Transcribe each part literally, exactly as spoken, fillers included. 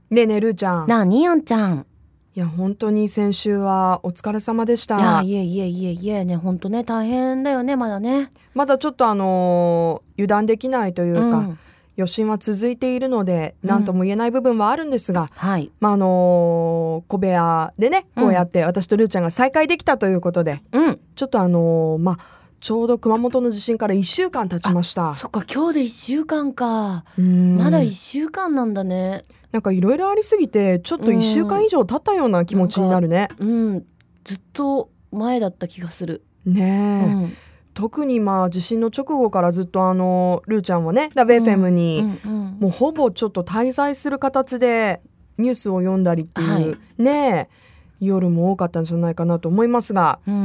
ねえねえるーちゃん。 なあにあんちゃん。 いや本当に先週はお疲れ様でした。 いやいえいえいえいえね、本当ね大変だよね、まだね。 まだちょっとあのー油断できないというか、 うん、 余震は続いているので何とも言えない部分はあるんですが、うんはい、 まああのー小部屋でねこうやって私とるーちゃんが再会できたということで、 うん、 ちょっとあのーまあちょうど熊本の地震からいっしゅうかん経ちました。 そっか、今日でいっしゅうかんか。 うんまだいっしゅうかんなんだね。 なんかいろいろありすぎてちょっといっしゅうかん以上経ったような気持ちになるね。 うん、ずっと前だった気がする。 ねえ、 うん、 特にまあ地震の直後からずっとあのルーちゃんはねラブ エフエム にうんうんうんもうほぼちょっと滞在する形でニュースを読んだりっていう、 はいねえ夜も多かったんじゃないかなと思いますが、 うん、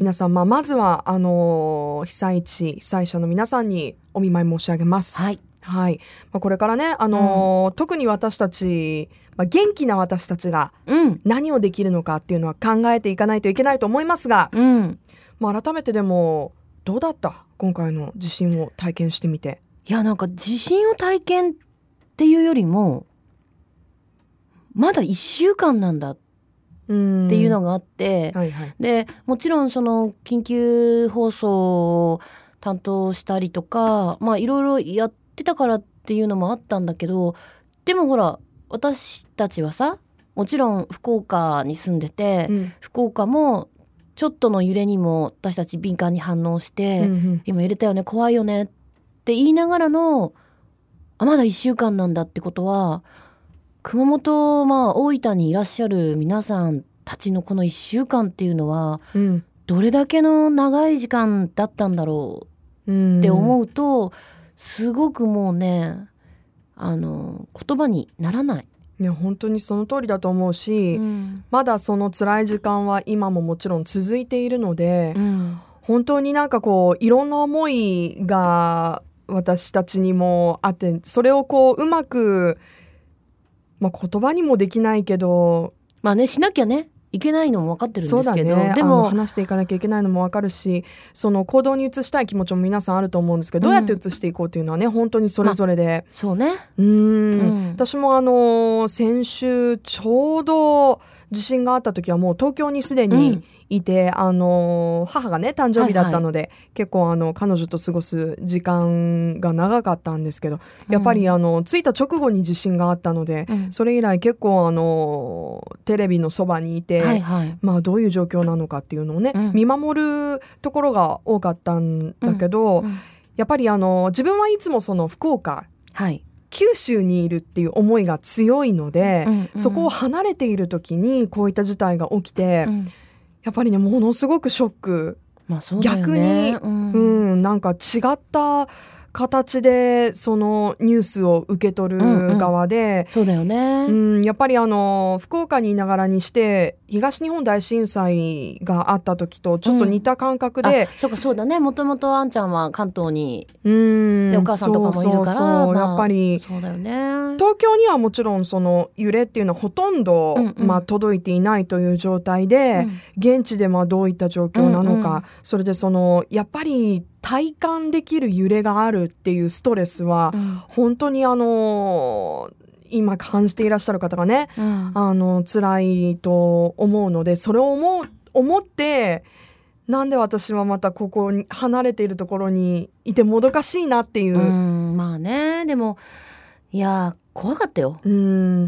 皆さん、まあ、まずはあの被災地被災者の皆さんにお見舞い申し上げます。 はい、 はいまあ、これからね、あのー特に私たち、まあ、元気な私たちがうん何をできるのかっていうのは考えていかないといけないと思いますが、 うんまあ、改めてでもどうだった今回の地震を体験してみて。 いや、なんか地震を体験っていうよりもまだいっしゅうかんなんだっっていうのがあって、 はいはい、 でもちろんその緊急放送を担当したりとか、まあいろいろやってたからっていうのもあったんだけど、でもほら私たちはさ、もちろん福岡に住んでて、 うん、 福岡もちょっとの揺れにも私たち敏感に反応して、 うんうん、 今揺れたよね、怖いよねって言いながらの、あまだいっしゅうかんなんだってことは、熊本、まあ大分にいらっしゃる皆さんたちのこのいっしゅうかんっていうのはうん、 どれだけの長い時間だったんだろううんって思うと、すごくもうね、あの言葉にならない。 いや本当にその通りだと思うし、 うん、 まだその辛い時間は今ももちろん続いているので、 うん、 本当になんかこういろんな思いが私たちにもあって、それをこううまく、まあ、言葉にもできないけど、 まあね、しなきゃねいけないのも分かってるんそうだですけど、 ね、 でもあの話していかなきゃいけないのも分かるし、その行動に移したい気持ちも皆さんあると思うんですけど、どうやって移していこうっていうのはね本当にそれぞれで、 そうね、 うーん、 うん、 私もあの先週ちょうど地震があった時はもう東京にすでにいて、うん、あの母がね誕生日だったので、はいはい、結構あの彼女と過ごす時間が長かったんですけど、やっぱりあの着いた直後に地震があったので、うん、それ以来結構あのテレビのそばにいて、はいはい、まあ、どういう状況なのかっていうのをね、うん、見守るところが多かったんだけど、うんうん、やっぱりあの自分はいつもその福岡、はい、九州にいるっていう思いが強いので、うんうん、そこを離れている時にこういった事態が起きて、うん、やっぱりねものすごくショック、 まあそうだよね、 逆に、うんうん、なんか違った形でそのニュースを受け取る側で、 うんうん、そうだよね、 うん、やっぱりあの福岡にいながらにして東日本大震災があった時とちょっと似た感覚で、うん、 そうかそうだね、もともとあんちゃんは関東にうんでお母さんとかもいるから、 そうそうそう、まあ、やっぱりそうだよね、 東京にはもちろんその揺れっていうのはほとんど、うんうん、まあ、届いていないという状態で、うん、現地でまあどういった状況なのか、うんうん、それでそのやっぱり体感できる揺れがあるっていうストレスは、うん、本当にあの今感じていらっしゃる方がね、うん、あの辛いと思うので、それを思う、思ってなんで私はまたここに離れているところにいてもどかしいなっていう、うん、 まあね、でもいや怖かったよ、 うん、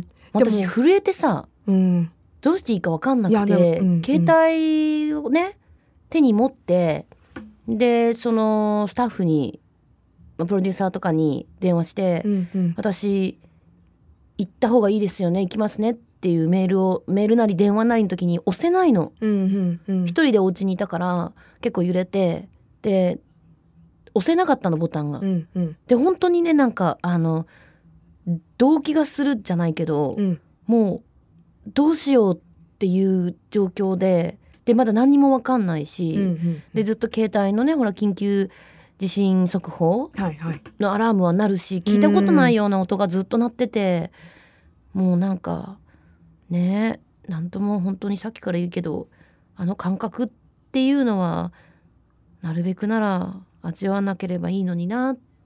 私震えてさ、 うん、 どうしていいか分かんなくて、うんうん、携帯をね手に持って、でそのスタッフにプロデューサーとかに電話して、うんうん、私行った方がいいですよね、行きますねっていうメールをメールなり電話なりの時に押せないの、うんうんうん、一人でお家にいたから結構揺れて、で押せなかったのボタンが、うんうん、で本当にねなんかあの動悸がするじゃないけど、うん、もうどうしようっていう状況で、でまだ何にも分かんないし、うんうんうん、でずっと携帯のねほら緊急地震速報のアラームは鳴るし、はいはい、聞いたことないような音がずっと鳴ってて、うん、もうなんかね、なんとも本当にさっきから言うけど、あの感覚っていうのはなるべくなら味わわなければいいのになっ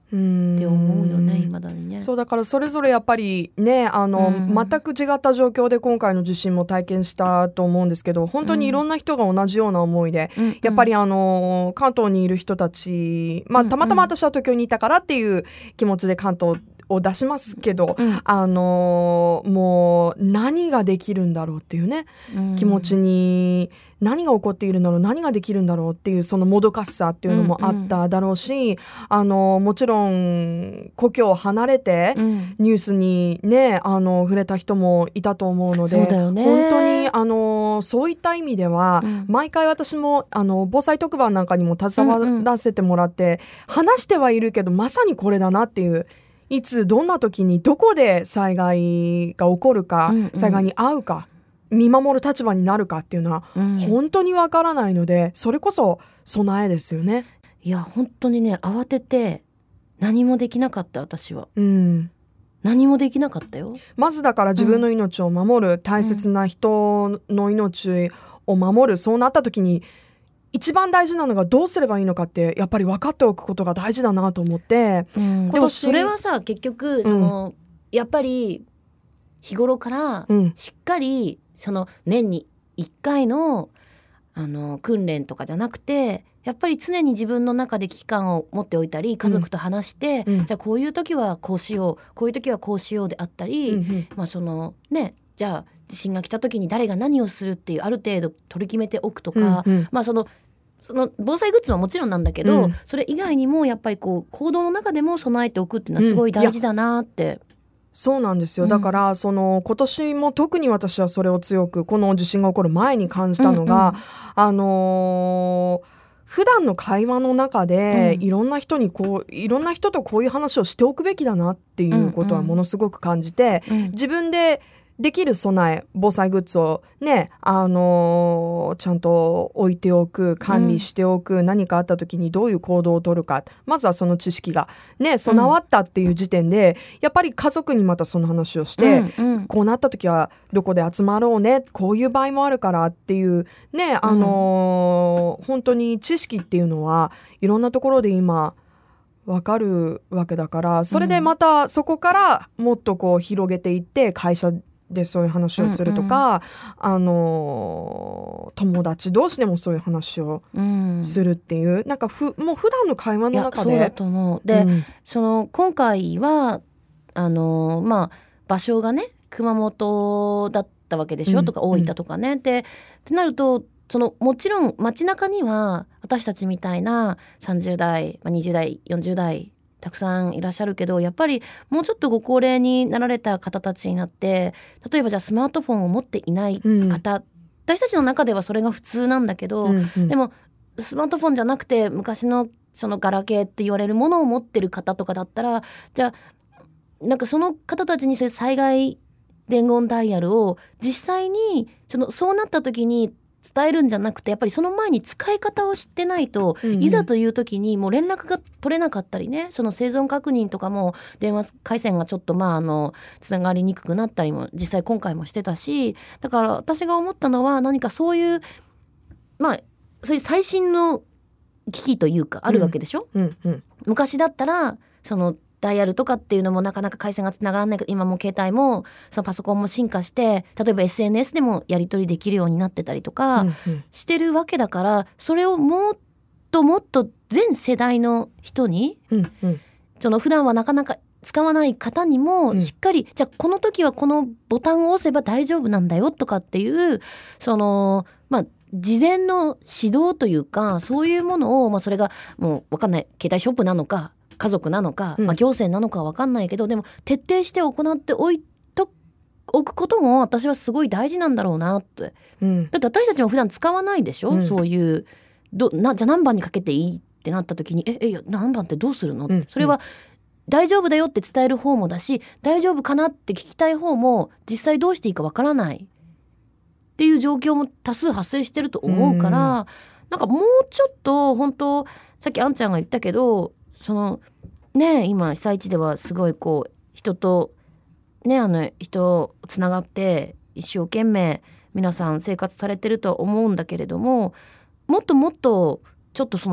って思うよね、未だにね。 そうだからそれぞれやっぱりねあの、うん、全く違った状況で今回の地震も体験したと思うんですけど、本当にいろんな人が同じような思いで、うん、やっぱりあの関東にいる人たち、まあ、たまたま私は東京にいたからっていう気持ちで関東を出しますけど、うん、あのもう何ができるんだろうっていうね、うん、気持ちに何が起こっているんだろう、何ができるんだろうっていうそのもどかしさっていうのもあっただろうし、うんうん、あのもちろん故郷を離れてニュースにねあの触れた人もいたと思うので、 そうだよね、 本当にあのそういった意味では、うん、毎回私もあの防災特番なんかにも携わらせてもらって、うんうん、話してはいるけどまさにこれだなっていう、いつどんな時にどこで災害が起こるか、うんうん、災害に遭うか見守る立場になるかっていうのは本当にわからないので、うん、それこそ備えですよね。 いや本当にね、慌てて何もできなかった私は、 うん、 何もできなかったよ。 まずだから自分の命を守る、うん、大切な人の命を守る、そうなった時に一番大事なのがどうすればいいのかってやっぱり分かっておくことが大事だなと思って、 うん、でもそれはさ結局その、うん、やっぱり日頃からしっかりその年にいっかいの、あの訓練とかじゃなくて、やっぱり常に自分の中で危機感を持っておいたり、家族と話して、うん、じゃあこういう時はこうしよう、こういう時はこうしようであったり、うんうん、まあそのね、じゃあ地震が来た時に誰が何をするっていうある程度取り決めておくとか、うんうん、まあそのその防災グッズはもちろんなんだけど、うん、それ以外にもやっぱりこう行動の中でも備えておくっていうのはすごい大事だなって、うん、 そうなんですよ。だからその今年も特に私はそれを強くこの地震が起こる前に感じたのが、うんうん、あのー、普段の会話の中でいろんな人にこういろんな人とこういう話をしておくべきだなっていうことはものすごく感じて、うんうん、自分でできる備え、防災グッズをね、あのー、ちゃんと置いておく、管理しておく、うん、何かあった時にどういう行動を取るか、まずはその知識がね備わったっていう時点で、うん、やっぱり家族にまたその話をして、うんうん、こうなった時はどこで集まろうね、こういう場合もあるからっていうね、あのーうん、本当に知識っていうのはいろんなところで今わかるわけだから、それでまたそこからもっとこう広げていって会社でそういう話をするとか、うんうん、あの友達同士でもそういう話をするっていう、うん、なんかふもう普段の会話の中で。 そうだと思う。で、うん、その今回はあのまあ場所がね熊本だったわけでしょ、うん、とか大分とかね、うん、でってなるとそのもちろん街中には私たちみたいなさんじゅう代、にじゅう代、よんじゅう代たくさんいらっしゃるけど、やっぱりもうちょっとご高齢になられた方たちになって、例えばじゃあスマートフォンを持っていない方、うん、私たちの中ではそれが普通なんだけど、うんうん、でもスマートフォンじゃなくて昔のそのガラケーって言われるものを持ってる方とかだったら、じゃあなんかその方たちにそういう災害伝言ダイヤルを実際にそのそうなった時に伝えるんじゃなくて、やっぱりその前に使い方を知ってないと、うんうん、いざという時にもう連絡が取れなかったりね、その生存確認とかも電話回線がちょっとまああのつながりにくくなったりも実際今回もしてたし、だから私が思ったのは何かそういうまあそういう最新の機器というかあるわけでしょ、うんうんうん、昔だったらそのダイヤルとかっていうのもなかなか回線がつながらないけど、今も携帯もそのパソコンも進化して、例えば エスエヌエス でもやり取りできるようになってたりとかしてるわけだから、うんうん、それをもっともっと全世代の人に、うんうん、その普段はなかなか使わない方にもしっかり、うん、じゃあこの時はこのボタンを押せば大丈夫なんだよとかっていうそのまあ事前の指導というか、そういうものを、まあ、それがもう分かんない、携帯ショップなのか家族なのか、まあ、行政なのかは分かんないけど、うん、でも徹底して行っておいとおくことも私はすごい大事なんだろうなって、うん、だって私たちも普段使わないでしょ、うん、そういうどなじゃあ何番にかけていいってなった時にええいや何番ってどうするの、うん、それは大丈夫だよって伝える方もだし、大丈夫かなって聞きたい方も実際どうしていいか分からないっていう状況も多数発生してると思うから、うん、なんかもうちょっと本当さっきあんちゃんが言ったけど、そのね今被災地ではすごいこう人とねあの人つながって一生懸命皆さん生活されてると思うんだけれども、もっともっとちょっとその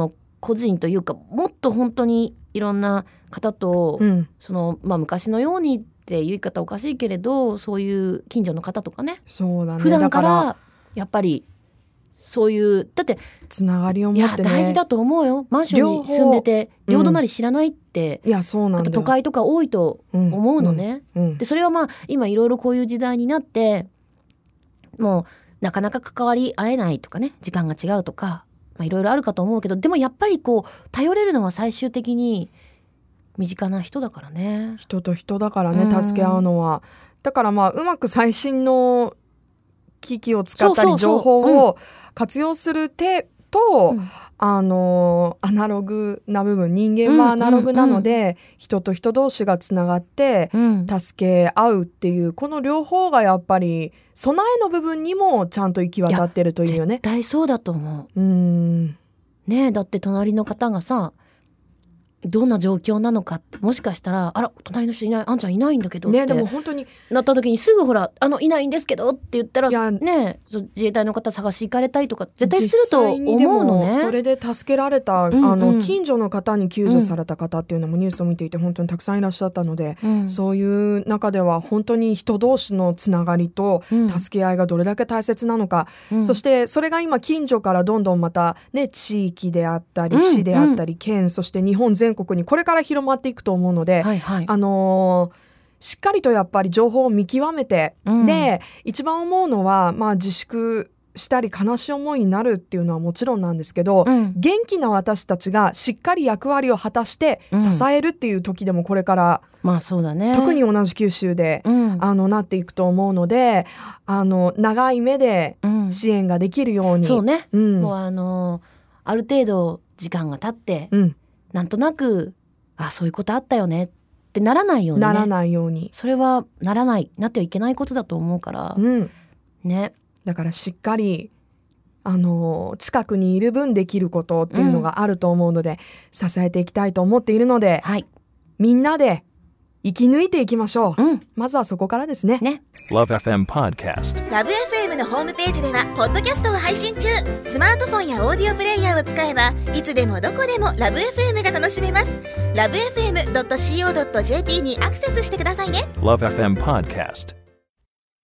個人というかもっと本当にいろんな方と、うん、そのまあ、昔のようにっていう言い方おかしいけれどそういう近所の方とかね、 そうだね、 普段からやっぱりそういうだってつながりを持ってね、 いや大事だと思うよ。マンションに住んでて両隣知らないって、 うん、いやそうなんだよ。 都会とか多いと思うのね、 うんうんうん、 でそれはまあ今いろいろこういう時代になってもうなかなか関わり合えないとかね、時間が違うとかいろいろあるかと思うけど、でもやっぱりこう頼れるのは最終的に身近な人だからね。 人と人だからね、助け合うのは。だからまあうまく最新の機器を使ったり情報を活用する手と、うん、あのアナログな部分、人間はアナログなので、うんうんうん、人と人同士がつながって助け合うっていう、うん、この両方がやっぱり備えの部分にもちゃんと行き渡ってるというよね。 絶対そうだと思う。うんねえ、だって隣の方がさどんな状況なのかって、もしかしたらあら隣の人いない、あんちゃんいないんだけどって、 ね、でも本当になった時にすぐほらあのいないんですけどって言ったらね、自衛隊の方探し行かれたりとか絶対すると思うのね。 それで助けられた、うんうん、あの近所の方に救助された方っていうのもニュースを見ていて本当にたくさんいらっしゃったので、うん、そういう中では本当に人同士のつながりと助け合いがどれだけ大切なのか、うん、そしてそれが今近所からどんどんまたね、地域であったり市であったり県、そして日本全国にこれから広まっていくと思うので、はいはい、あのー、しっかりとやっぱり情報を見極めて、うん、で一番思うのは、まあ、自粛したり悲しい思いになるっていうのはもちろんなんですけど、うん、元気な私たちがしっかり役割を果たして支えるっていう時でもこれから、 うん、まあそうだね、 特に同じ九州で、うん、あのなっていくと思うので、あの長い目で支援ができるように、 そうね、もうあのー、ある程度時間が経って、なんとなくあそういうことあったよねってならないように、ね、 ならないように、 それはならないなってはいけないことだと思うから、 うん、 ね、 だからしっかりあの近くにいる分できることっていうのがあると思うので、うん、支えていきたいと思っているので、 はい、 みんなで生き抜いていきましょう、うん、まずはそこからですね。 ね、 Love エフエム Podcast。 ラブ エフエム のホームページではポッドキャストを配信中。スマートフォンやオーディオプレイヤーを使えばいつでもどこでもラブ エフエム が楽しめます。ラブ エフエムドットシーオードットジェーピー にアクセスしてくださいね。 Love エフエム Podcast。